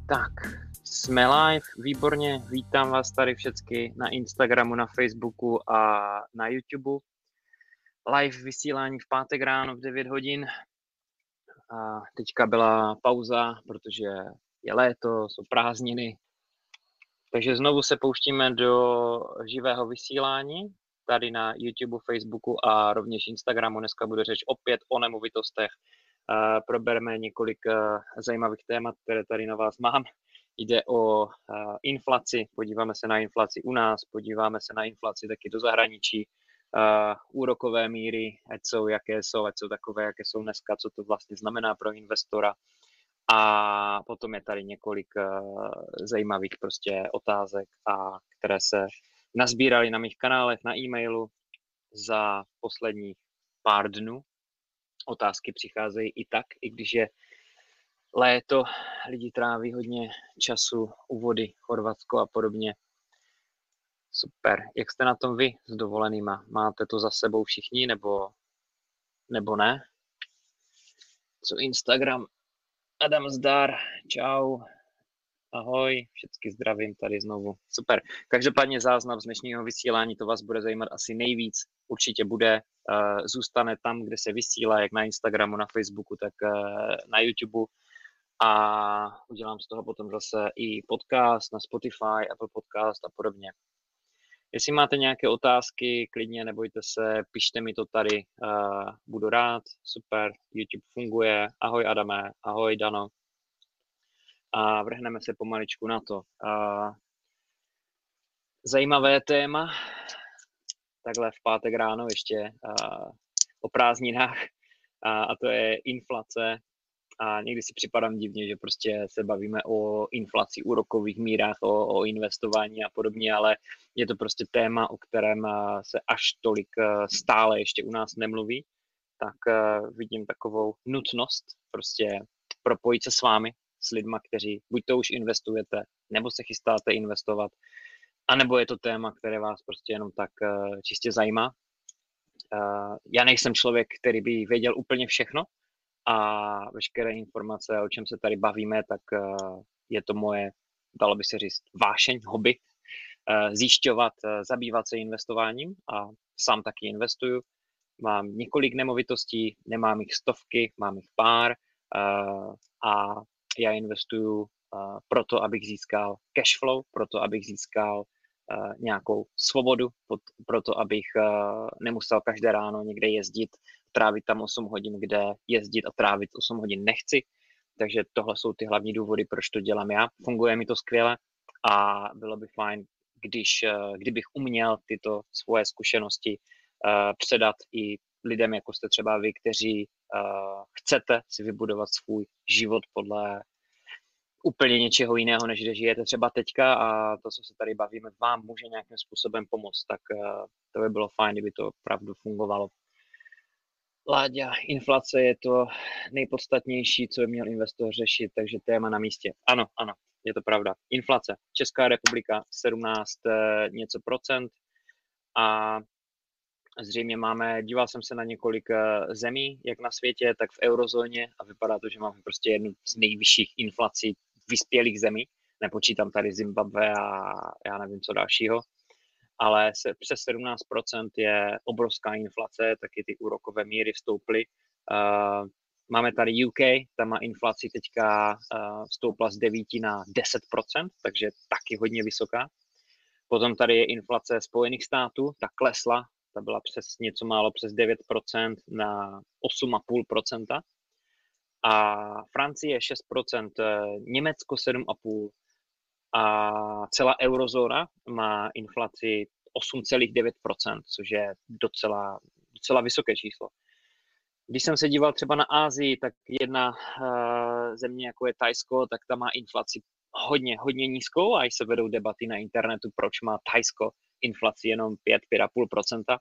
Tak, jsme live, výborně, vítám vás tady všechny na Instagramu, na Facebooku a na YouTube. Live vysílání v pátek ráno v 9 hodin. A teďka byla pauza, protože je léto, jsou prázdniny. Takže znovu se pouštíme do živého vysílání, tady na YouTube, Facebooku a rovněž Instagramu. Dneska bude řeč opět o nemovitostech. Probereme několik zajímavých témat, které tady na vás mám. Jde o inflaci, podíváme se na inflaci u nás, podíváme se na inflaci taky do zahraničí, úrokové míry, ať jsou takové, jaké jsou dneska, co to vlastně znamená pro investora. A potom je tady několik zajímavých prostě otázek, které se nazbíraly na mých kanálech, na e-mailu za posledních pár dnů. Otázky přicházejí i tak, i když je léto, lidi tráví hodně času u vody, Chorvatsko a podobně. Super. Jak jste na tom vy s dovolenýma? Máte to za sebou všichni, nebo ne? Co Instagram? Adam zdar, čau. Ahoj, všechny zdravím tady znovu. Super. Každopádně záznam z dnešního vysílání, to vás bude zajímat asi nejvíc. Určitě bude. Zůstane tam, kde se vysílá, jak na Instagramu, na Facebooku, tak na YouTube. A udělám z toho potom zase i podcast na Spotify, Apple Podcast a podobně. Jestli máte nějaké otázky, klidně nebojte se, pište mi to tady, budu rád, super, YouTube funguje, ahoj Adame, ahoj Dano. A vrhneme se pomaličku na to. Zajímavé téma, takhle v pátek ráno ještě o prázdninách, a to je inflace. A někdy si připadám divně, že prostě se bavíme o inflaci, úrokových mírách, o investování a podobně, ale je to prostě téma, o kterém se až tolik stále ještě u nás nemluví, tak vidím takovou nutnost prostě propojit se s vámi, s lidma, kteří buď to už investujete, nebo se chystáte investovat, anebo je to téma, které vás prostě jenom tak čistě zajímá. Já nejsem člověk, který by věděl úplně všechno, a veškeré informace, o čem se tady bavíme, tak je to moje, dalo by se říct, vášeň, hobby, zjišťovat, zabývat se investováním a sám taky investuju. Mám několik nemovitostí, nemám jich stovky, mám jich pár a já investuju proto, abych získal cash flow, proto, abych získal nějakou svobodu, proto, abych nemusel každé ráno někde jezdit, trávit tam 8 hodin, kde jezdit a trávit 8 hodin nechci. Takže tohle jsou ty hlavní důvody, proč to dělám já. Funguje mi to skvěle a bylo by fajn, kdybych uměl tyto svoje zkušenosti předat i lidem, jako jste třeba vy, kteří chcete si vybudovat svůj život podle úplně něčeho jiného, než kde žijete třeba teďka, a to, co se tady bavíme, vám může nějakým způsobem pomoct, tak to by bylo fajn, kdyby to opravdu fungovalo. Láďa, inflace je to nejpodstatnější, co by měl investor řešit, takže téma na místě. Ano, je to pravda. Inflace. Česká republika 17 něco procent a zřejmě díval jsem se na několik zemí, jak na světě, tak v eurozóně, a vypadá to, že máme prostě jednu z nejvyšších inflací vyspělých zemí. Nepočítám tady Zimbabwe a já nevím co dalšího, ale přes 17% je obrovská inflace, taky ty úrokové míry vstouply. Máme tady UK, tam má inflaci teďka vstoupla z 9 na 10%, takže taky hodně vysoká. Potom tady je inflace Spojených států, ta klesla, ta byla něco málo přes 9% na 8,5%. A Francie 6%, Německo 7,5%, a celá eurozóna má inflaci 8,9%, což je docela vysoké číslo. Když jsem se díval třeba na Asii, tak jedna země, jako je Thajsko, tak ta má inflaci hodně nízkou, a i se vedou debaty na internetu, proč má Thajsko inflaci jenom 5,5%.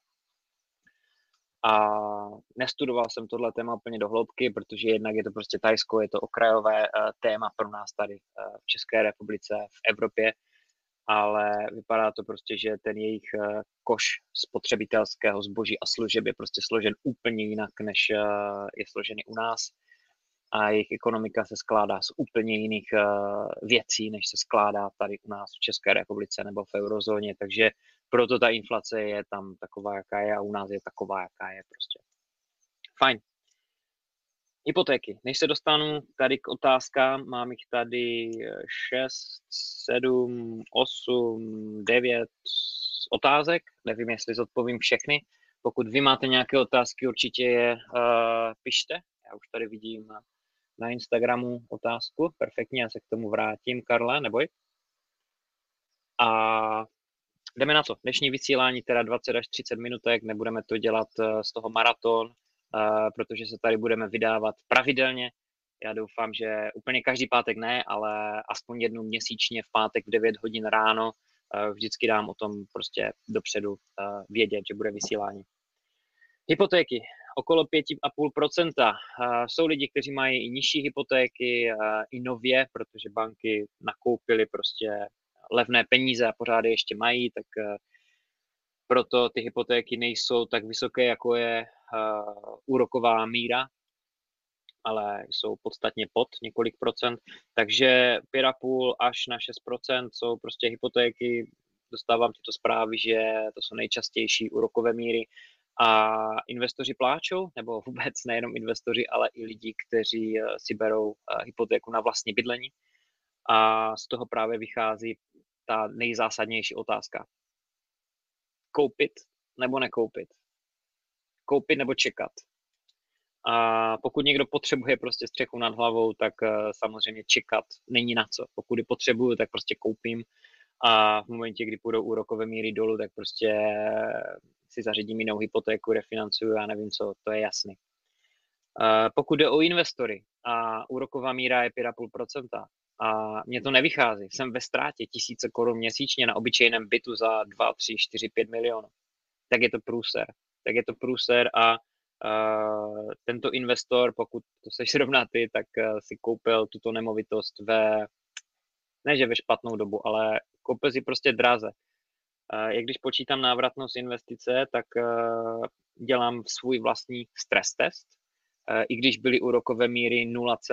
A nestudoval jsem tohle téma úplně do hloubky, protože jednak je to prostě Thajsko, je to okrajové téma pro nás tady v České republice, v Evropě, ale vypadá to prostě, že ten jejich koš spotřebitelského zboží a služeb je prostě složen úplně jinak, než je složený u nás. a jejich ekonomika se skládá z úplně jiných věcí, než se skládá tady u nás v České republice nebo v eurozóně, takže proto ta inflace je tam taková, jaká je a u nás je taková, jaká je prostě. Fajn. Hypotéky. Než se dostanu tady k otázkám, mám jich tady 6, 7, 8, 9 otázek. Nevím, jestli zodpovím všechny. Pokud vy máte nějaké otázky, určitě je pište. Já už tady vidím na Instagramu otázku. Perfektně, já se k tomu vrátím, Karle, neboj. A jdeme na to. Dnešní vysílání teda 20 až 30 minutek, nebudeme to dělat z toho maraton, protože se tady budeme vydávat pravidelně. Já doufám, že úplně každý pátek ne, ale aspoň jednou měsíčně v pátek v 9 hodin ráno vždycky dám o tom prostě dopředu vědět, že bude vysílání. Hypotéky. Okolo 5,5%. Jsou lidi, kteří mají i nižší hypotéky, i nově, protože banky nakoupily prostě levné peníze a pořád je ještě mají, tak proto ty hypotéky nejsou tak vysoké, jako je úroková míra, ale jsou podstatně pod několik procent, takže 5,5 až na 6% jsou prostě hypotéky. Dostávám tyto zprávy, že to jsou nejčastější úrokové míry a investoři pláčou, nebo vůbec nejenom investoři, ale i lidi, kteří si berou hypotéku na vlastní bydlení a z toho právě vychází ta nejzásadnější otázka. Koupit nebo nekoupit? Koupit nebo čekat? A pokud někdo potřebuje prostě střechu nad hlavou, tak samozřejmě čekat není na co. Pokud ji potřebuju, tak prostě koupím a v momentě, kdy půjdou úrokové míry dolů, tak prostě si zařídím jinou hypotéku, refinancuju, já nevím co, to je jasný. Pokud jde o investory a úroková míra je 5,5% a mně to nevychází, jsem ve ztrátě 1000 korun měsíčně na obyčejném bytu za 2, 3, 4, 5 milionů, tak je to průser. Tak je to průser a tento investor, pokud to seš zrovna ty, tak si koupil tuto nemovitost ne že ve špatnou dobu, ale koupil si prostě draze. Jak když počítám návratnost investice, tak dělám svůj vlastní stres test. I když byly úrokové míry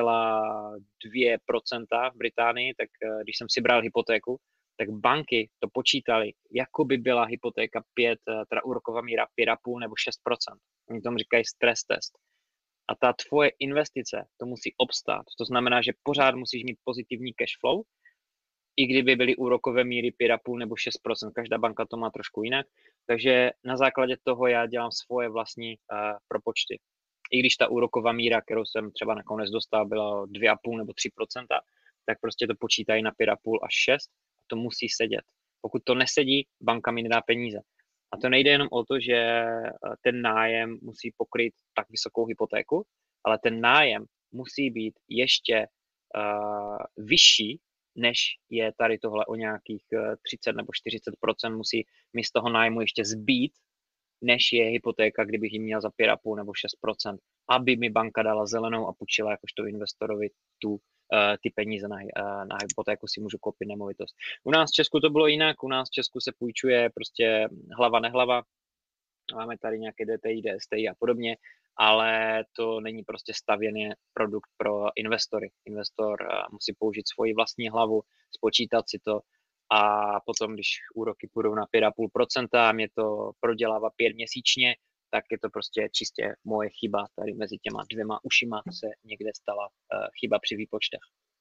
0,2% v Británii, tak když jsem si bral hypotéku, tak banky to počítaly, jako by byla hypotéka 5, teda úroková míra 5,5 nebo 6%. Oni tomu říkají stres test. A ta tvoje investice to musí obstát. To znamená, že pořád musíš mít pozitivní cash flow, i kdyby byly úrokové míry 5,5 nebo 6%. Každá banka to má trošku jinak. Takže na základě toho já dělám svoje vlastní propočty. I když ta úroková míra, kterou jsem třeba nakonec dostal, byla 2,5 nebo 3%, tak prostě to počítají na 5,5 až 6 a to musí sedět. Pokud to nesedí, banka mi nedá peníze. A to nejde jenom o to, že ten nájem musí pokryt tak vysokou hypotéku, ale ten nájem musí být ještě vyšší, než je tady tohle o nějakých 30 nebo 40% musí mi z toho nájmu ještě zbýt, než je hypotéka, kdybych ji měl za 5,5 nebo 6%, aby mi banka dala zelenou a půjčila jakožto investorovi ty peníze na hypotéku si můžu koupit nemovitost. U nás v Česku to bylo jinak, u nás v Česku se půjčuje prostě hlava nehlava, máme tady nějaké DTI, DSTI a podobně, ale to není prostě stavěný produkt pro investory. Investor musí použít svoji vlastní hlavu, spočítat si to a potom, když úroky půjdou na 5,5% a mě to prodělává 5 měsíčně, tak je to prostě čistě moje chyba. Tady mezi těma dvěma ušima se někde stala chyba při výpočtech.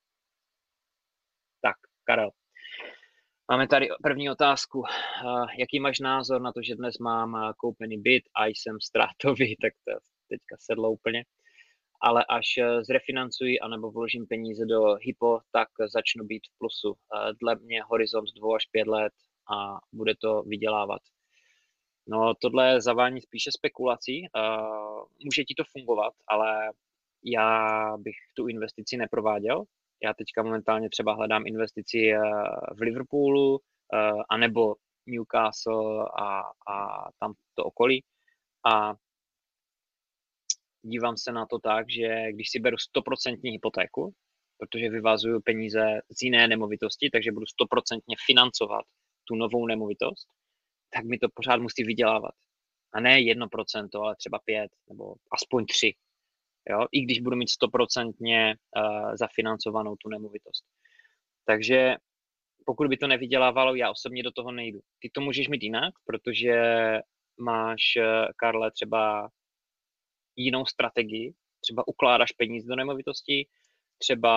Tak, Karel. Máme tady první otázku. Jaký máš názor na to, že dnes mám koupený byt a jsem ztrátový, tak to teďka sedlo úplně. Ale až zrefinancuji anebo vložím peníze do hypo, tak začnu být v plusu. Dle mě horizont 2 až 5 let a bude to vydělávat. No tohle zavání spíše spekulací. Může ti to fungovat, ale já bych tu investici neprováděl. Já teďka momentálně třeba hledám investici v Liverpoolu anebo Newcastle a tam to okolí. A dívám se na to tak, že když si beru 100% hypotéku, protože vyvazuju peníze z jiné nemovitosti, takže budu 100% financovat tu novou nemovitost, tak mi to pořád musí vydělávat. A ne 1%, ale třeba 5 nebo aspoň 3. jo? I když budu mít 100% zafinancovanou tu nemovitost. Takže pokud by to nevydělávalo, já osobně do toho nejdu. Ty to můžeš mít jinak, protože máš, Karle, třeba jinou strategii, třeba ukládáš peníze do nemovitosti, třeba,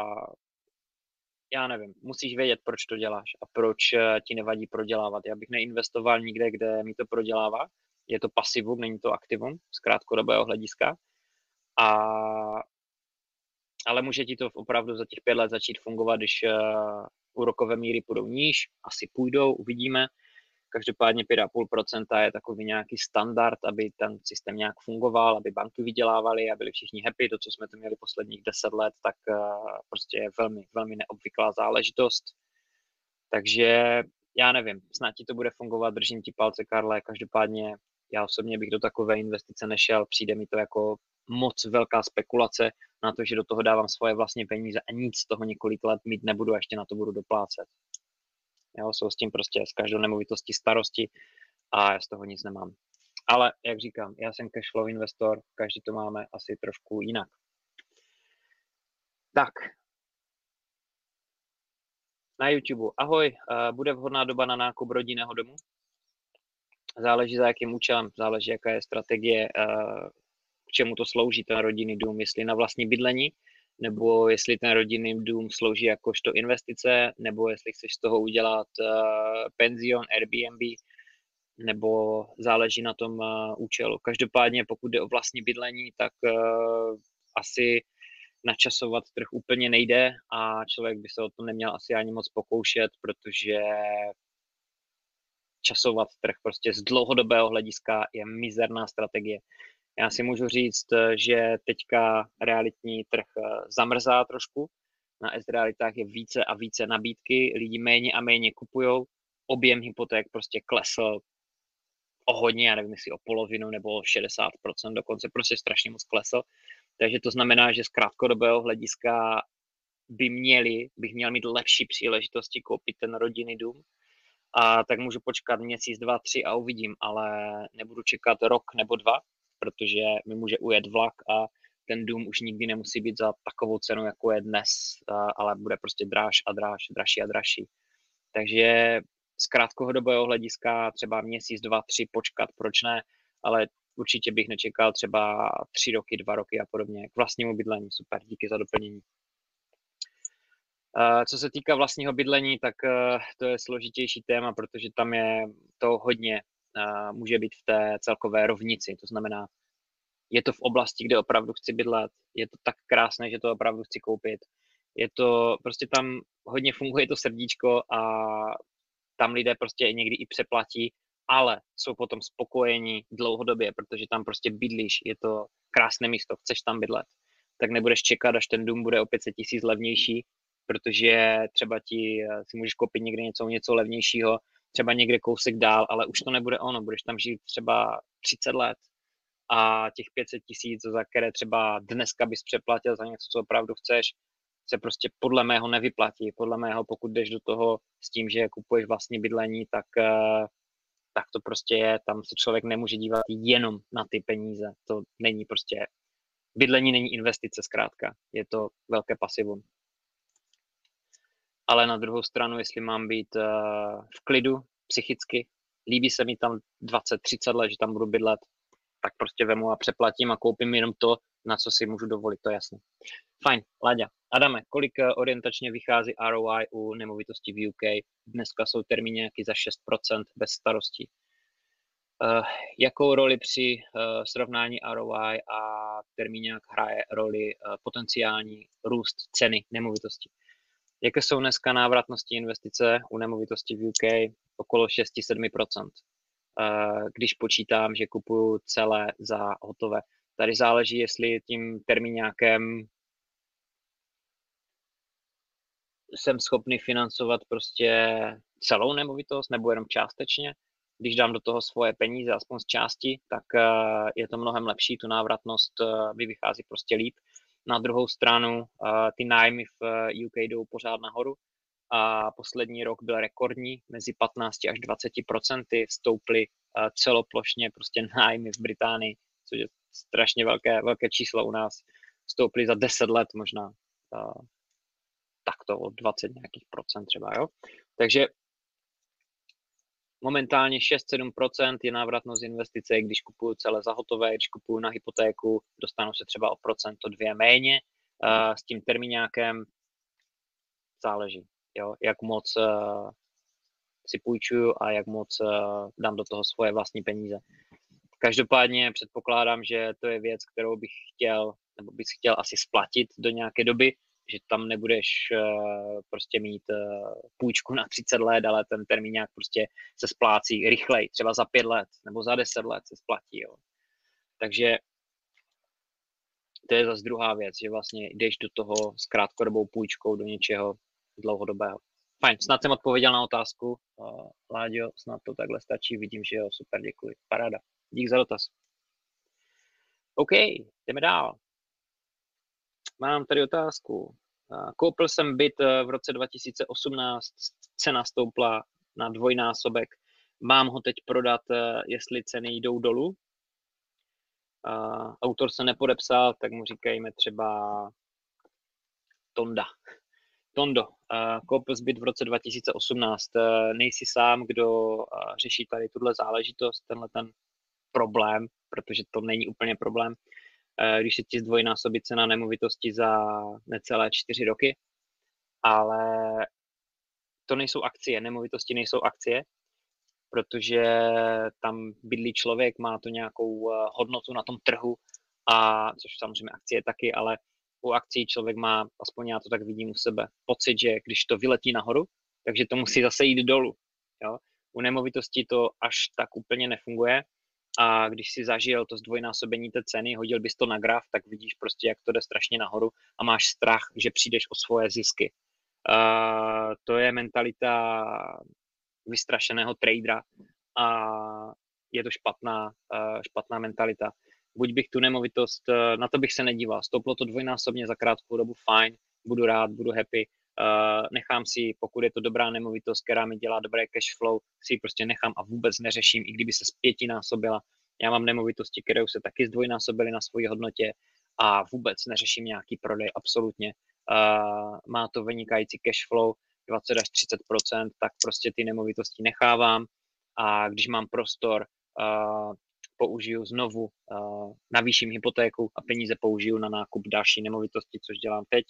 já nevím, musíš vědět, proč to děláš a proč ti nevadí prodělávat. Já bych neinvestoval nikde, kde mi to prodělává. Je to pasivum, není to aktivum z krátkodobého hlediska. Ale může ti to opravdu za těch 5 let začít fungovat, když úrokové míry půjdou níž, asi půjdou, uvidíme. Každopádně 5,5% je takový nějaký standard, aby ten systém nějak fungoval, aby banky vydělávaly a byli všichni happy. To, co jsme tu měli posledních 10 let, tak prostě je velmi, velmi neobvyklá záležitost. Takže já nevím, snad ti to bude fungovat, držím ti palce, Karle. Každopádně já osobně bych do takové investice nešel, přijde mi to jako moc velká spekulace na to, že do toho dávám svoje vlastní peníze a nic z toho několik let mít nebudu a ještě na to budu doplácet. Jo, jsou s tím prostě s každou nemovitostí starosti a já z toho nic nemám. Ale jak říkám, já jsem cashflow investor, každý to máme asi trošku jinak. Tak. Na YouTube. Ahoj, bude vhodná doba na nákup rodinného domu? Záleží za jakým účelem, záleží jaká je strategie, k čemu to slouží ten rodinný dům, jestli na vlastní bydlení, nebo jestli ten rodinný dům slouží jakožto investice, nebo jestli chceš z toho udělat penzion, Airbnb, nebo záleží na tom účelu. Každopádně, pokud jde o vlastní bydlení, tak asi načasovat trh úplně nejde a člověk by se o to neměl asi ani moc pokoušet, protože časovat trh prostě z dlouhodobého hlediska je mizerná strategie. Já si můžu říct, že teďka realitní trh zamrzá trošku. Na S-realitách je více a více nabídky, lidi méně a méně kupujou, objem hypoték prostě klesl o hodně, já nevím, jestli o polovinu nebo 60%, dokonce prostě strašně moc klesl. Takže to znamená, že z krátkodobého hlediska bych měl mít lepší příležitosti koupit ten rodinný dům. A tak můžu počkat měsíc, 2, 3 a uvidím, ale nebudu čekat rok nebo 2, protože mi může ujet vlak a ten dům už nikdy nemusí být za takovou cenu, jako je dnes, ale bude prostě dražší a dražší. Takže z krátkodobého hlediska třeba měsíc, 2, 3 počkat, proč ne, ale určitě bych nečekal třeba 3 roky, 2 roky a podobně. K vlastnímu bydlení, super, díky za doplnění. Co se týká vlastního bydlení, tak to je složitější téma, protože tam je to hodně, může být v té celkové rovnici. To znamená, je to v oblasti, kde opravdu chci bydlet, je to tak krásné, že to opravdu chci koupit. Je to, prostě tam hodně funguje to srdíčko a tam lidé prostě někdy i přeplatí, ale jsou potom spokojení dlouhodobě, protože tam prostě bydlíš, je to krásné místo, chceš tam bydlet. Tak nebudeš čekat, až ten dům bude o 500 000 levnější, protože třeba si můžeš koupit někde něco levnějšího, třeba někde kousek dál, ale už to nebude ono, budeš tam žít třeba 30 let a těch 500 000, za které třeba dneska bys přeplatil za něco, co opravdu chceš, se prostě podle mého nevyplatí. Podle mého, pokud jdeš do toho s tím, že kupuješ vlastní bydlení, tak to prostě je, tam se člověk nemůže dívat jenom na ty peníze. To není prostě, bydlení není investice zkrátka, je to velké pasivum. Ale na druhou stranu, jestli mám být v klidu psychicky, líbí se mi tam 20-30 let, že tam budu bydlet, tak prostě vemu a přeplatím a koupím jenom to, na co si můžu dovolit, to je jasné. Fajn, Láďa. Adame, kolik orientačně vychází ROI u nemovitosti v UK? Dneska jsou termíny nějaký za 6% bez starostí. Jakou roli při srovnání ROI a termíňák hraje roli potenciální růst ceny nemovitosti? Jaké jsou dneska návratnosti investice u nemovitosti v UK? Okolo 6-7%. Když počítám, že kupuju celé za hotové. Tady záleží, jestli tím termíňákem jsem schopný financovat prostě celou nemovitost nebo jenom částečně. Když dám do toho svoje peníze, aspoň z části, tak je to mnohem lepší, tu návratnost mi vychází prostě líp. Na druhou stranu ty nájmy v UK jdou pořád nahoru a poslední rok byl rekordní, mezi 15 až 20% stouply celoplošně prostě nájmy v Británii, což je strašně velké čísla u nás stouply za 10 let možná. Takto o 20 nějakých procent třeba, jo. Takže momentálně 6-7% je návratnost investice, když kupuju celé za hotové, když kupuju na hypotéku, dostanu se třeba o procento 2 méně. S tím termíňákem záleží, jo, jak moc si půjčuju a jak moc dám do toho svoje vlastní peníze. Každopádně předpokládám, že to je věc, kterou bych chtěl, nebo bych chtěl asi splatit do nějaké doby, že tam nebudeš prostě mít půjčku na 30 let, ale ten termín nějak prostě se splácí rychleji, třeba za 5 let nebo za 10 let se splatí. Jo. Takže to je zase druhá věc, že vlastně jdeš do toho s krátkodobou půjčkou do něčeho dlouhodobého. Fajn, snad jsem odpověděl na otázku. Láďo, snad to takhle stačí, vidím, že jo, super, děkuji, paráda. Dík za dotaz. OK, jdeme dál. Mám tady otázku. Koupil jsem byt v roce 2018, cena stoupla na 2násobek. Mám ho teď prodat, jestli ceny jdou dolů? Autor se nepodepsal, tak mu říkejme třeba Tondo, koupil jsi byt v roce 2018. Nejsi sám, kdo řeší tady tuhle záležitost, tenhle ten problém, protože to není úplně problém. Když se ti zdvojnásobí cena nemovitosti za necelé 4 roky, ale to nejsou akcie, nemovitosti nejsou akcie, protože tam bydlí člověk, má to nějakou hodnotu na tom trhu, a což samozřejmě akcie taky, ale u akcí člověk má, aspoň já to tak vidím u sebe, pocit, že když to vyletí nahoru, takže to musí zase jít dolů. Jo? U nemovitosti to až tak úplně nefunguje, a když si zažil to zdvojnásobení té ceny, hodil bys to na graf, tak vidíš prostě, jak to jde strašně nahoru a máš strach, že přijdeš o svoje zisky. To je mentalita vystrašeného tradera a je to špatná mentalita. Buď bych tu nemovitost, na to bych se nedíval, stouplo to dvojnásobně za krátkou dobu, fajn, budu rád, budu happy, nechám si, pokud je to dobrá nemovitost, která mi dělá dobré cash flow, si ji prostě nechám a vůbec neřeším, i kdyby se zpětinásobila. Já mám nemovitosti, které už se taky zdvojnásobily na svoji hodnotě a vůbec neřeším nějaký prodej, absolutně. Má to vynikající cash flow, 20 až 30%, tak prostě ty nemovitosti nechávám a když mám prostor, použiju znovu, navýším hypotéku a peníze použiju na nákup další nemovitosti, což dělám teď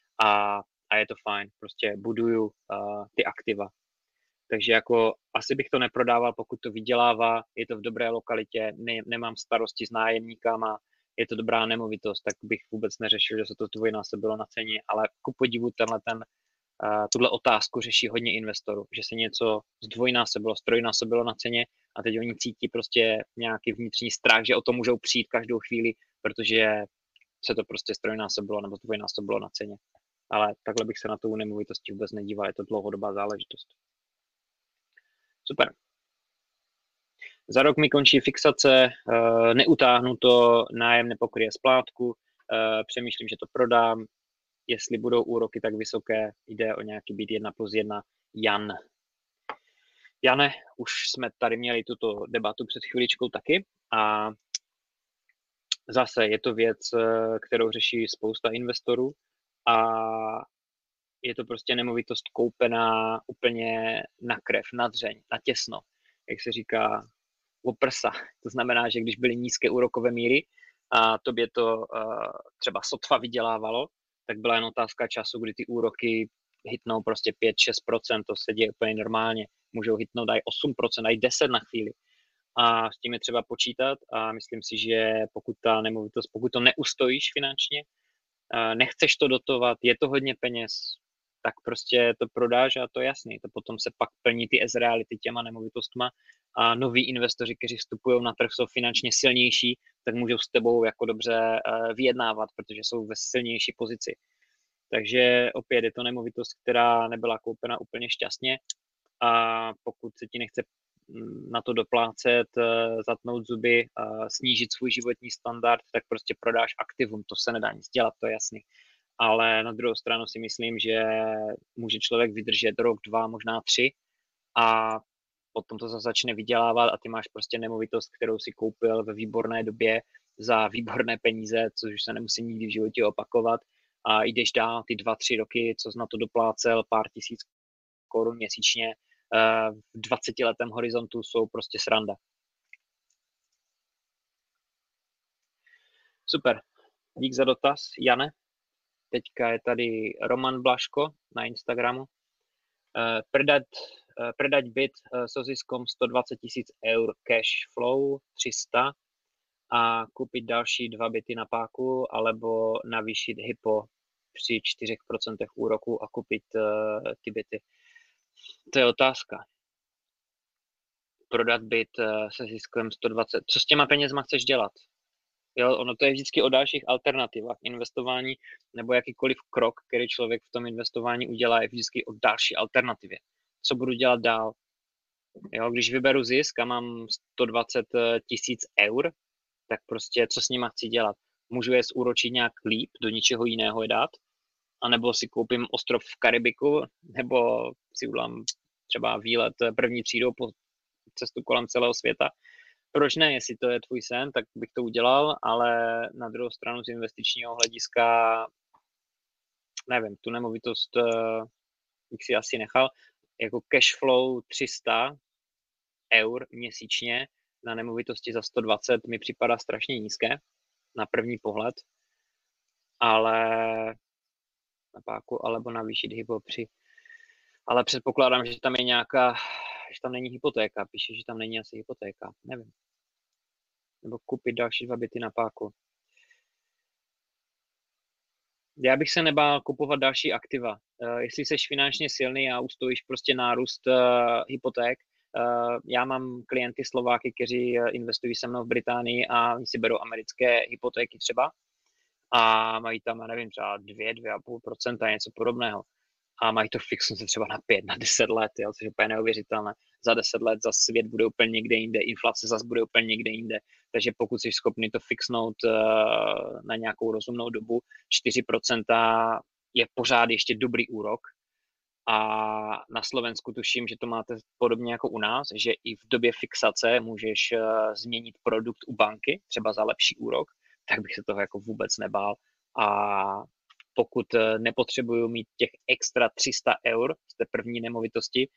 a je to fajn, prostě buduju ty aktiva. Takže jako asi bych to neprodával, pokud to vydělává, je to v dobré lokalitě, nemám starosti s nájemníkama, je to dobrá nemovitost, tak bych vůbec neřešil, že se to zdvojnásobilo na ceně, ale ku podivu tuhle otázku řeší hodně investorů, že se něco zdvojnásobilo, strojnásobilo na ceně a teď oni cítí prostě nějaký vnitřní strach, že o to můžou přijít každou chvíli, protože se to prostě strojnásobilo nebo zdvojnásobilo na ceně. Ale takhle bych se na tu nemovitosti vůbec nedíval, je to dlouhodobá záležitost. Super. Za rok mi končí fixace, neutáhnu to, nájem nepokryje splátku, přemýšlím, že to prodám, jestli budou úroky tak vysoké, jde o nějaký byt 1+1. Jan. Jane, už jsme tady měli tuto debatu před chviličkou taky a zase je to věc, kterou řeší spousta investorů a je to prostě nemovitost koupená úplně na krev, na dřeň, na těsno, jak se říká, o prsa. To znamená, že když byly nízké úrokové míry a tobě to třeba sotva vydělávalo, tak byla jen otázka času, kdy ty úroky hitnou prostě 5-6%, to se děje úplně normálně. Můžou hitnout aj 8%, aj 10% na chvíli. A s tím je třeba počítat a myslím si, že pokud ta nemovitost, pokud to neustojíš finančně, nechceš to dotovat, je to hodně peněz, tak prostě to prodáš a to je jasný. To potom se pak plní ty S-reality těma nemovitostma a noví investoři, kteří vstupují na trh, jsou finančně silnější, tak můžou s tebou jako dobře vyjednávat, protože jsou ve silnější pozici. Takže opět je to nemovitost, která nebyla koupena úplně šťastně a pokud se ti nechce na to doplácet, zatnout zuby, snížit svůj životní standard, tak prostě prodáš aktivum, to se nedá nic dělat, to je jasný. Ale na druhou stranu si myslím, že může člověk vydržet rok, 2, možná 3 a potom to zase začne vydělávat a ty máš prostě nemovitost, kterou si koupil ve výborné době za výborné peníze, což už se nemusí nikdy v životě opakovat a jdeš dál ty 2-3 roky, co jsi na to doplácel, pár tisíc korun měsíčně, v 20letém horizontu jsou prostě sranda. Super, dík za dotaz, Jane. Teďka je tady Roman Blaško na Instagramu. Predať byt so ziskom 120 000 eur cash flow 300 a koupit další 2 byty na páku, alebo navýšit hypo při 4% úroku a koupit ty byty. To je otázka. Prodat byt se ziskem 120. Co s těma penězma chceš dělat? Jo, ono to je vždycky o dalších alternativách. Investování nebo jakýkoliv krok, který člověk v tom investování udělá, je vždycky o další alternativě. Co budu dělat dál? Jo, když vyberu zisk a mám 120 000 eur, tak prostě co s nima chci dělat? Můžu je zúročit nějak líp, do ničeho jiného je dát? A nebo si koupím ostrov v Karibiku, nebo si udělám třeba výlet první třídou po cestu kolem celého světa. Proč ne, jestli to je tvůj sen, tak bych to udělal, ale na druhou stranu z investičního hlediska, nevím, tu nemovitost bych si asi nechal. Jako cash flow 300 eur měsíčně na nemovitosti za 120 mi připadá strašně nízké na první pohled, ale na páku, alebo navýšit hypo při. Ale předpokládám, že tam je nějaká, že tam není hypotéka. Píše, že tam není asi hypotéka. Nevím. Nebo koupit další 2 byty na páku. Já bych se nebál kupovat další aktiva. Jestli jsi finančně silný a ustojíš prostě nárůst hypoték. Já mám klienty Slováky, kteří investují se mnou v Británii a oni si berou americké hypotéky třeba a mají tam, já nevím, třeba 2-2,5% něco podobného. A mají to fixnuté třeba na 5, na 10 let, jo, což je úplně neuvěřitelné. Za 10 let za svět bude úplně někde jinde, inflace zase bude úplně někde jinde. Takže pokud jsi schopný to fixnout na nějakou rozumnou dobu, 4% je pořád ještě dobrý úrok. A na Slovensku tuším, že to máte podobně jako u nás, že i v době fixace můžeš změnit produkt u banky, třeba za lepší úrok, tak bych se toho jako vůbec nebál. A pokud nepotřebuju mít těch extra 300 eur z té první nemovitosti,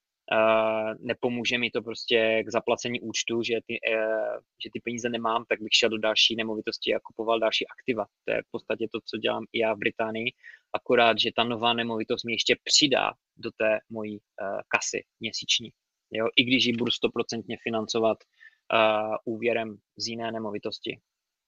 nepomůže mi to prostě k zaplacení účtu, že ty peníze nemám, tak bych šel do další nemovitosti a kupoval další aktiva. To je v podstatě to, co dělám i já v Británii, akorát, že ta nová nemovitost mi ještě přidá do té mojí kasy měsíční. Jo? I když ji budu 100% financovat úvěrem z jiné nemovitosti.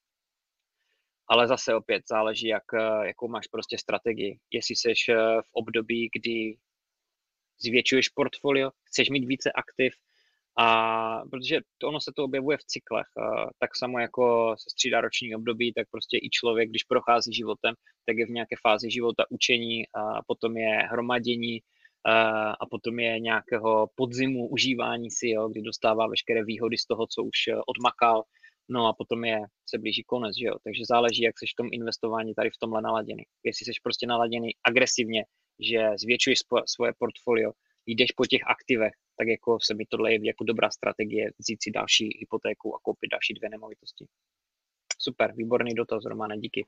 Ale zase opět záleží, jakou máš prostě strategii. Jestli jsi v období, kdy zvětšuješ portfolio, chceš mít více aktiv, a protože ono se to objevuje v cyklech. Tak samo jako se střídá roční období, tak prostě i člověk, když prochází životem, tak je v nějaké fázi života učení, a potom je hromadění, a potom je nějakého podzimu užívání si, jo, kdy dostává veškeré výhody z toho, co už odmakal. No a potom se blíží konec, že jo. Takže záleží, jak seš v tom investování tady v tomhle naladěný. Jestli seš prostě naladěný agresivně, že zvětšuješ svoje portfolio, jdeš po těch aktivech, tak jako se mi tohle je jako dobrá strategie vzít si další hypotéku a koupit další 2 nemovitosti. Super, výborný dotaz, Romane, díky.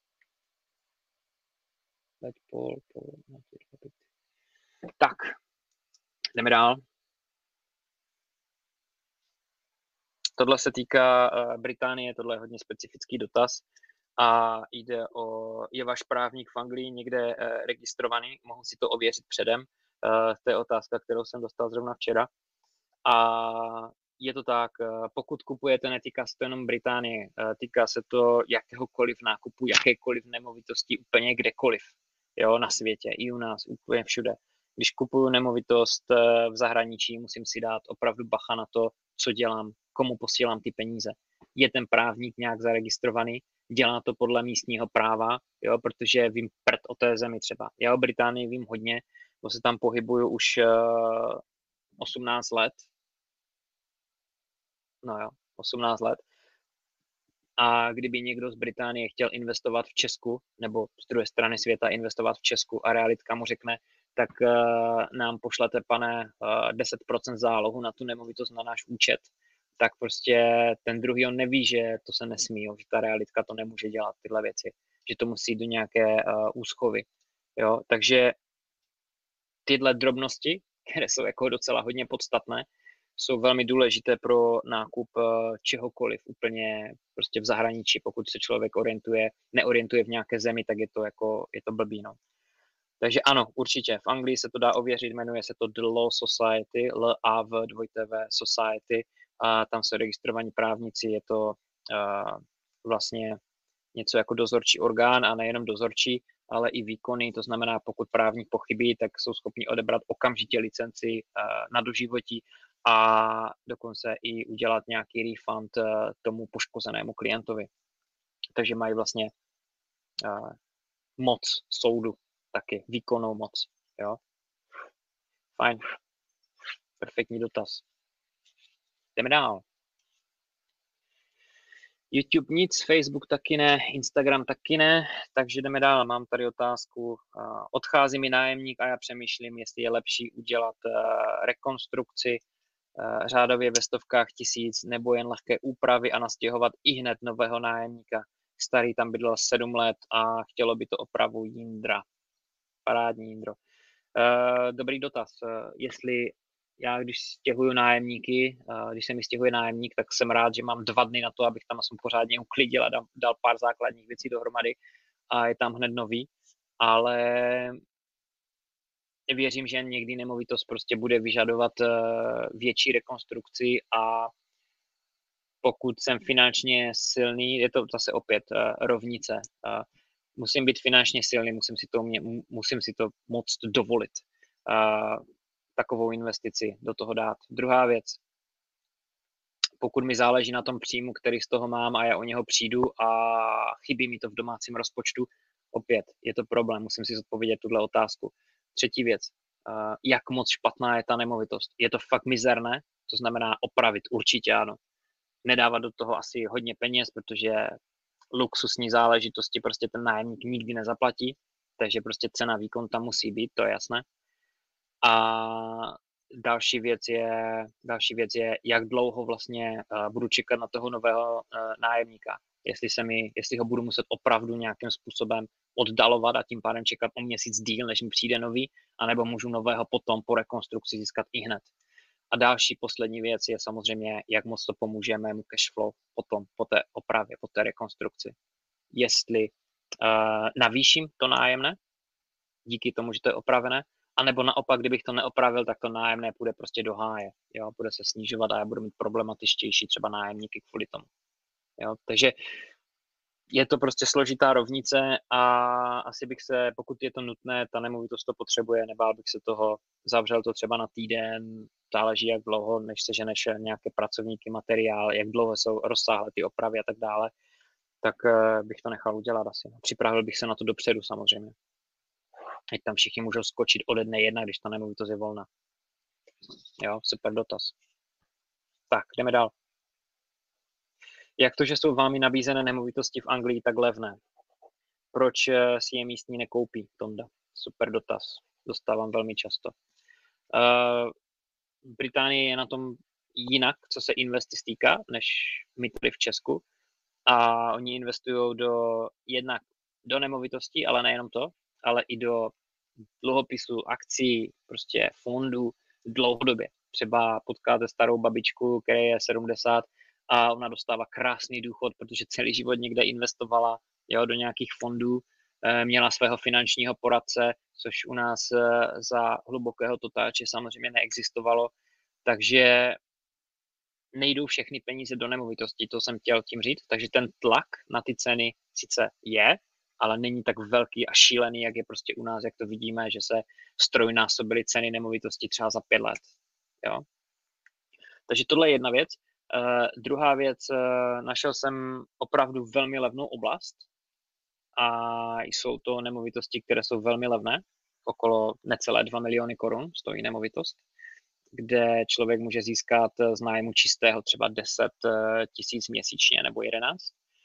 Tak, jdeme dál. Tohle se týká Británie, tohle je hodně specifický dotaz a je váš právník v Anglii někde registrovaný, mohu si to ověřit předem, to je otázka, kterou jsem dostal zrovna včera. A je to tak, pokud kupujete, netýká se to jenom Británie, týká se to jakéhokoliv nákupu, jakékoliv nemovitosti, úplně kdekoliv, jo, na světě, i u nás, úplně všude. Když kupuju nemovitost v zahraničí, musím si dát opravdu bacha na to, co dělám, komu posílám ty peníze. Je ten právník nějak zaregistrovaný, dělá to podle místního práva, jo, protože vím prd o té zemi třeba. Já o Británii vím hodně, bo se tam pohybuju už 18 let. No jo, 18 let. A kdyby někdo z Británie chtěl investovat v Česku, nebo z druhé strany světa investovat v Česku a realitka mu řekne, tak nám pošlete, pane, 10% zálohu na tu nemovitost na náš účet, tak prostě ten druhý on neví, že to se nesmí, jo, že ta realitka to nemůže dělat, tyhle věci, že to musí do nějaké úschovy, jo, takže tyhle drobnosti, které jsou jako docela hodně podstatné, jsou velmi důležité pro nákup čehokoliv úplně prostě v zahraničí. Pokud se člověk neorientuje v nějaké zemi, tak je to blbý, no. Takže ano, určitě. V Anglii se to dá ověřit, jmenuje se to The Law Society, LAV2TV Society, a tam jsou registrovaní právníci, je to vlastně něco jako dozorčí orgán a nejenom dozorčí, ale i výkonný, to znamená, pokud právník pochybí, tak jsou schopni odebrat okamžitě licenci na doživotí a dokonce i udělat nějaký refund tomu poškozenému klientovi. Takže mají vlastně moc soudu taky, výkonnou moc. Jo? Fajn. Perfektní dotaz. Jdeme dál. YouTube nic, Facebook taky ne, Instagram taky ne, takže jdeme dál. Mám tady otázku. Odchází mi nájemník a já přemýšlím, jestli je lepší udělat rekonstrukci řádově ve stovkách tisíc nebo jen lehké úpravy a nastěhovat ihned nového nájemníka. Starý tam bydlel 7 let a chtělo by to opravu Jindra. Parádní Jindro. Dobrý dotaz. Jestli já, když stěhuju nájemníky, když se mi stěhuje nájemník, tak jsem rád, že mám 2 dny na to, abych tam aspoň pořádně uklidil a dal pár základních věcí dohromady a je tam hned nový, ale věřím, že někdy nemovitost prostě bude vyžadovat větší rekonstrukci a pokud jsem finančně silný, je to zase opět rovnice. Musím být finančně silný, musím si to moct dovolit. Takovou investici do toho dát. Druhá věc, pokud mi záleží na tom příjmu, který z toho mám a já o něho přijdu a chybí mi to v domácím rozpočtu, opět je to problém, musím si zodpovědět tuhle otázku. Třetí věc, jak moc špatná je ta nemovitost. Je to fakt mizerné, to znamená opravit, určitě ano. Nedávat do toho asi hodně peněz, protože luxusní záležitosti prostě ten nájemník nikdy nezaplatí, takže prostě cena výkon tam musí být, to je jasné. A další věc je, jak dlouho vlastně budu čekat na toho nového nájemníka. Jestli ho budu muset opravdu nějakým způsobem oddalovat a tím pádem čekat o měsíc díl, než mi přijde nový, anebo můžu nového potom po rekonstrukci získat ihned. A další poslední věc je samozřejmě, jak moc to pomůže mému cashflow potom, po té opravě, po té rekonstrukci. Jestli navýším to nájemné, díky tomu, že to je opravené, anebo naopak, kdybych to neopravil, tak to nájemné půjde prostě do háje, jo, bude se snižovat a já budu mít problematičtější třeba nájemníky kvůli tomu. Jo, takže je to prostě složitá rovnice a asi bych se, pokud je to nutné, ta nemovitost to potřebuje, nebál bych se toho, zavřel to třeba na týden, záleží jak dlouho, než seženeš nějaké pracovníky, materiál, jak dlouho jsou rozsáhlé ty opravy a tak dále, tak bych to nechal udělat asi. Připravil bych se na to dopředu samozřejmě. Ať tam všichni můžou skočit ode dne 1, když ta nemovitost je volná. Jo, super dotaz. Tak, jdeme dál. Jak to, že jsou vámi nabízené nemovitosti v Anglii tak levné? Proč si je místní nekoupí, Tonda? Super dotaz. Dostávám velmi často. Británie je na tom jinak, co se investic týká, než my tady v Česku. A oni investují jednak do nemovitostí, ale nejenom to, ale i do dluhopisů, akcí, prostě fondů dlouhodobě. Třeba potkáte starou babičku, která je 70 a ona dostává krásný důchod, protože celý život někde investovala, jo, do nějakých fondů, měla svého finančního poradce, což u nás za hlubokého totáče samozřejmě neexistovalo, takže nejdou všechny peníze do nemovitostí, to jsem chtěl tím říct, takže ten tlak na ty ceny sice je, ale není tak velký a šílený, jak je prostě u nás, jak to vidíme, že se strojnásobily ceny nemovitosti třeba za 5 let. Jo? Takže tohle je jedna věc. Druhá věc, našel jsem opravdu velmi levnou oblast a jsou to nemovitosti, které jsou velmi levné, okolo necelé 2 miliony korun stojí nemovitost, kde člověk může získat z nájmu čistého třeba 10 tisíc měsíčně nebo 11.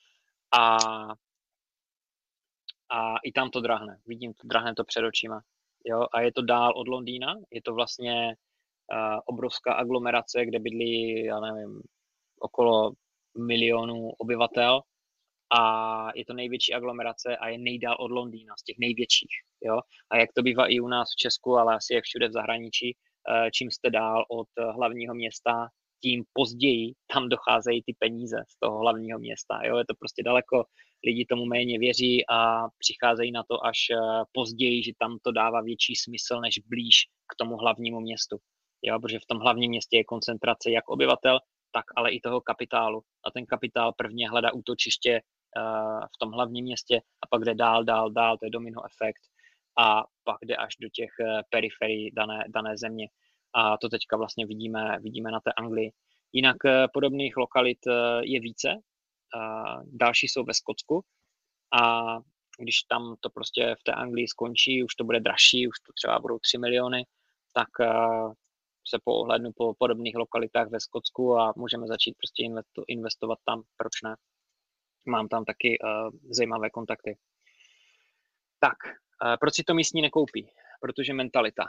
A i tam to drahne. Vidím, drahne to před očima. Jo? A je to dál od Londýna. Je to vlastně obrovská aglomerace, kde bydlí, já nevím, okolo milionu obyvatel a je to největší aglomerace a je nejdál od Londýna, z těch největších. Jo? A jak to bývá i u nás v Česku, ale asi je všude v zahraničí, čím jste dál od hlavního města, tím později tam docházejí ty peníze z toho hlavního města. Jo? Je to prostě daleko, lidi tomu méně věří a přicházejí na to až později, že tam to dává větší smysl než blíž k tomu hlavnímu městu. Jo? Protože v tom hlavním městě je koncentrace jak obyvatel, tak ale i toho kapitálu. A ten kapitál prvně hledá útočiště v tom hlavním městě a pak jde dál, to je domino efekt a pak jde až do těch periferií dané země. A to teďka vlastně vidíme na té Anglii. Jinak podobných lokalit je více, další jsou ve Skotsku a když tam to prostě v té Anglii skončí, už to bude dražší, už to třeba budou 3 miliony, tak se poohlédnu po podobných lokalitách ve Skotsku a můžeme začít prostě investovat tam, proč ne. Mám tam taky zajímavé kontakty. Tak, proč si to místní nekoupí? Protože mentalita.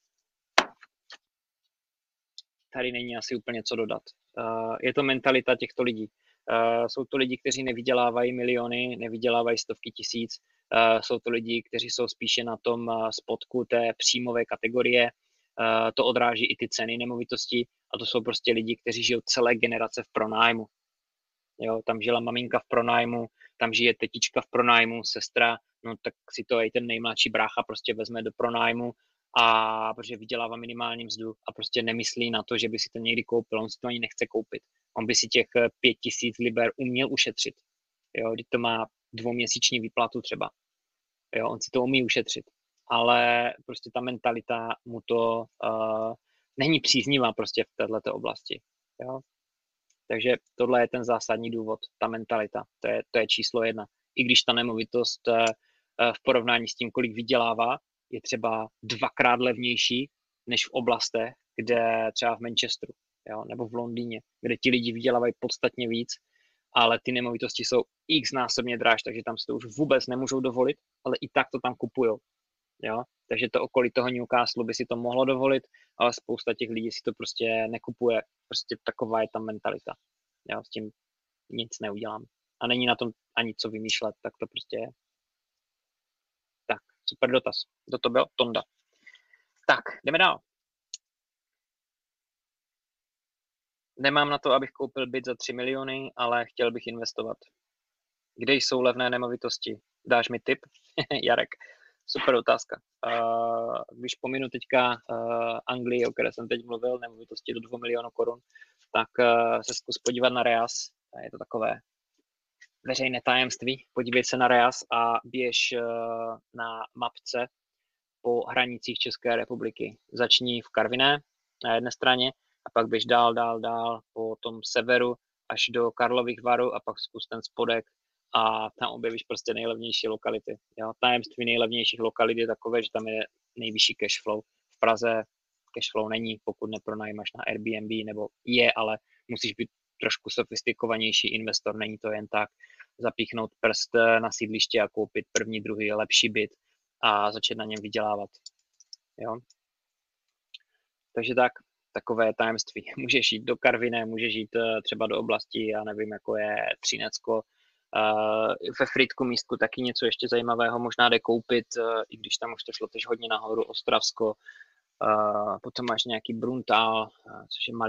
Tady není asi úplně co dodat. Je to mentalita těchto lidí. Jsou to lidi, kteří nevydělávají miliony, nevydělávají stovky tisíc. Jsou to lidi, kteří jsou spíše na tom spodku té příjmové kategorie. To odráží i ty ceny nemovitostí a to jsou prostě lidi, kteří žijou celé generace v pronájmu. Jo, tam žila maminka v pronájmu, tam žije tetička v pronájmu, sestra, no tak si to i ten nejmladší brácha prostě vezme do pronájmu a protože vydělává minimální mzdu a prostě nemyslí na to, že by si to někdy koupil, on si to ani nechce koupit. On by si těch 5000 liber uměl ušetřit. Jo, když to má 2měsíční výplatu třeba. Jo, on si to umí ušetřit. Ale prostě ta mentalita mu to není příznivá prostě v této oblasti. Jo. Takže tohle je ten zásadní důvod, ta mentalita, to je číslo 1. I když ta nemovitost v porovnání s tím, kolik vydělává, je třeba 2krát levnější než v oblastech, kde třeba v Manchesteru, jo, nebo v Londýně, kde ti lidi vydělávají podstatně víc, ale ty nemovitosti jsou x násobně dráž, takže tam si to už vůbec nemůžou dovolit, ale i tak to tam kupujou. Jo? Takže to okolí toho Newcastle by si to mohlo dovolit, ale spousta těch lidí si to prostě nekupuje. Prostě taková je tam mentalita. Jo? S tím nic neudělám. A není na tom ani co vymýšlet, tak to prostě je. Tak, super dotaz. Kdo to byl? Tonda. Tak, jdeme dál. Nemám na to, abych koupil byt za 3 miliony, ale chtěl bych investovat. Kde jsou levné nemovitosti? Dáš mi tip? Jarek. Super otázka. Když pominu teďka Anglii, o které jsem teď mluvil, nemovitosti do 2 milionů korun, tak se zkus podívat na Reas. Je to takové veřejné tajemství. Podívej se na Reas a běž na mapce po hranicích České republiky. Začni v Karviné na jedné straně a pak běž dál po tom severu až do Karlových Varů a pak zkus ten spodek a tam objevíš prostě nejlevnější lokality. Jo? Tajemství nejlevnějších lokalit je takové, že tam je nejvyšší cash flow. V Praze cash flow není, pokud nepronajímáš na Airbnb, nebo je, ale musíš být trošku sofistikovanější investor, není to jen tak zapíchnout prst na sídliště a koupit první, druhý lepší byt a začít na něm vydělávat. Jo? Takže takové tajemství. Můžeš jít do Karviné, můžeš jít třeba do oblasti, já nevím, jako je Třinecko, ve Frýdku místku taky něco ještě zajímavého možná jde koupit, i když tam už to šlo tež hodně nahoru, Ostravsko, potom máš nějaký Bruntál, což je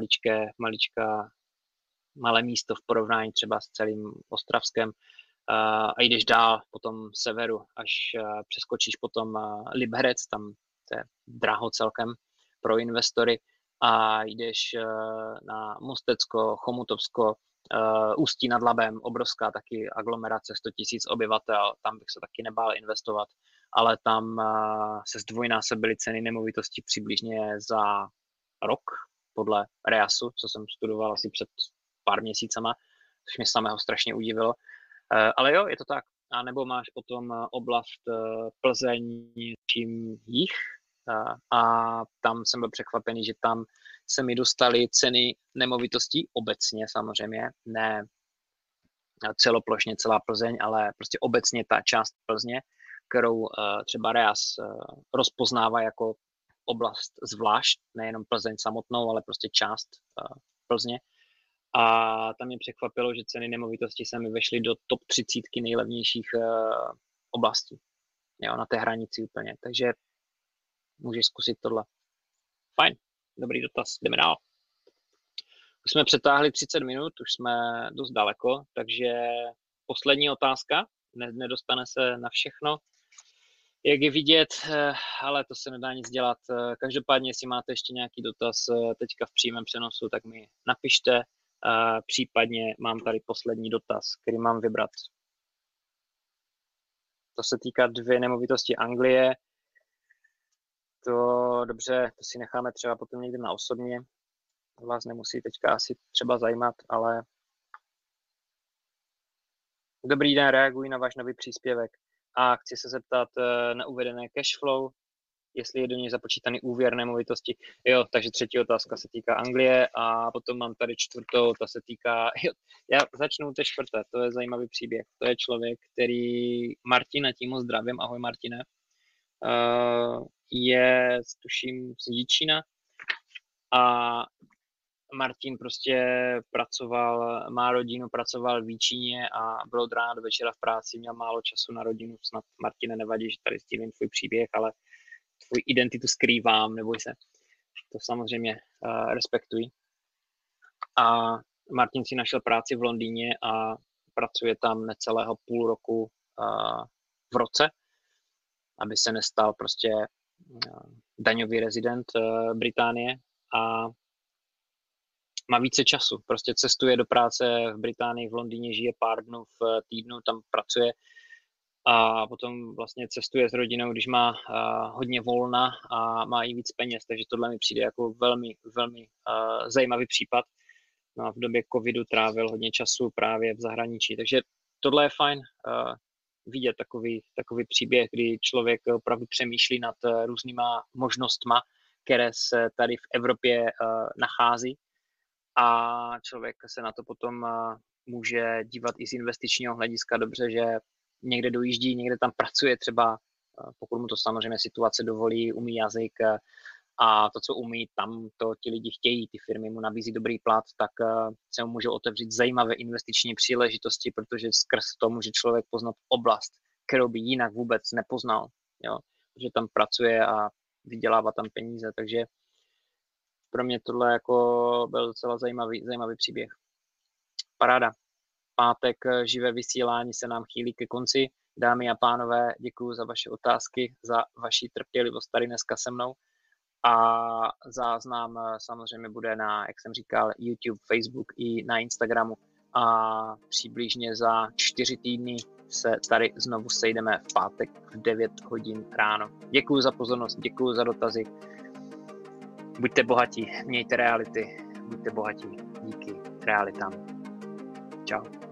malé místo v porovnání třeba s celým Ostravskem a jdeš dál po tom severu, až přeskočíš potom Liberec, tam to je draho celkem pro investory a jdeš na Mostecko, Chomutovsko, Ústí nad Labem, obrovská taky aglomerace, 100 000 obyvatel, tam bych se taky nebál investovat, ale tam se zdvojnásobily ceny nemovitosti přibližně za rok, podle Reasu, co jsem studoval asi před pár měsícama, což mě samého strašně udivilo. Ale jo, je to tak. A nebo máš potom oblast Plzeň, čím jich, a tam jsem byl překvapený, že tam se mi dostaly ceny nemovitostí obecně samozřejmě, ne celoplošně celá Plzeň, ale prostě obecně ta část Plzně, kterou třeba Reas rozpoznává jako oblast zvlášť, nejenom Plzeň samotnou, ale prostě část Plzně, A tam mě překvapilo, že ceny nemovitosti se mi vešly do top 30 nejlevnějších oblastí. Jo, na té hranici úplně. Takže můžeš zkusit tohle. Fajn, dobrý dotaz, jdeme dál. Už jsme přetáhli 30 minut, už jsme dost daleko, takže poslední otázka, nedostane se na všechno. Jak je vidět, ale to se nedá nic dělat. Každopádně, jestli máte ještě nějaký dotaz teďka v přímém přenosu, tak mi napište. Případně mám tady poslední dotaz, který mám vybrat. To se týká 2 nemovitosti Anglie. To dobře, to si necháme třeba potom někdy na osobně. Vás nemusí teďka asi třeba zajímat, ale dobrý den, reaguji na váš nový příspěvek a chci se zeptat na uvedené cash flow, jestli je do něj započítaný úvěr nemovitosti. Jo, takže 3. otázka se týká Anglie a potom mám tady 4., ta se týká, jo, já začnu té 4., to je zajímavý příběh. To je člověk, který, Martina, tím ho zdravím, ahoj Martine, je, tuším, z Jičína a Martin prostě pracoval, má rodinu, pracoval v Jičíně a byl od rána do večera v práci, měl málo času na rodinu, snad Martine nevadí, že tady sdílím tvůj příběh, ale tvůj identitu skrývám, neboj se, to samozřejmě respektuji. A Martin si našel práci v Londýně a pracuje tam necelého půl roku v roce, aby se nestal prostě daňový rezident Británie a má více času. Prostě cestuje do práce v Británii, v Londýně, žije pár dnů v týdnu, tam pracuje a potom vlastně cestuje s rodinou, když má hodně volna a má i víc peněz, takže tohle mi přijde jako velmi, velmi zajímavý případ. No a v době covidu trávil hodně času právě v zahraničí, takže tohle je fajn vidět takový příběh, kdy člověk opravdu přemýšlí nad různýma možnostma, které se tady v Evropě nachází a člověk se na to potom může dívat i z investičního hlediska dobře, že někde dojíždí, někde tam pracuje třeba, pokud mu to samozřejmě situace dovolí, umí jazyk a to, co umí, tam to ti lidi chtějí, ty firmy mu nabízí dobrý plat, tak se mu můžou otevřít zajímavé investiční příležitosti, protože skrz to může člověk poznat oblast, kterou by jinak vůbec nepoznal, jo? Že tam pracuje a vydělává tam peníze, takže pro mě tohle jako byl docela zajímavý příběh. Paráda. Pátek živé vysílání se nám chýlí ke konci. Dámy a pánové, děkuji za vaše otázky, za vaši trpělivost tady dneska se mnou. A záznam samozřejmě bude na, jak jsem říkal, YouTube, Facebook i na Instagramu. A přibližně za 4 týdny se tady znovu sejdeme v pátek v 9 hodin ráno. Děkuji za pozornost, děkuji za dotazy. Buďte bohatí, mějte reality, buďte bohatí, díky realitám. Čau.